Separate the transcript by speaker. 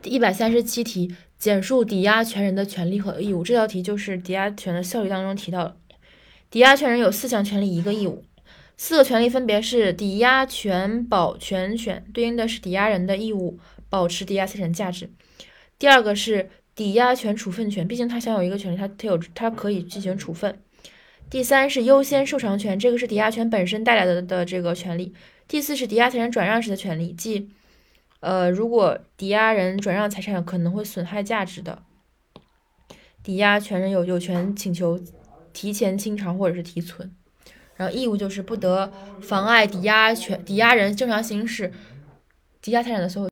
Speaker 1: 137题，简述抵押权人的权利和义务。这道题就是抵押权的效力当中提到的。抵押权人有4项权利1个义务，4个权利分别是抵押权、保全权，对应的是抵押人的义务保持抵押财产价值。第二个是抵押权处分权，毕竟他享有一个权利，他可以进行处分。第三是优先受偿权，这个是抵押权本身带来的这个权利。第四是抵押财产转让时的权利，即如果抵押人转让财产可能会损害价值的，抵押权人有权请求提前清偿或者是提存。然后义务就是不得妨碍抵押人正常行使抵押财产的所有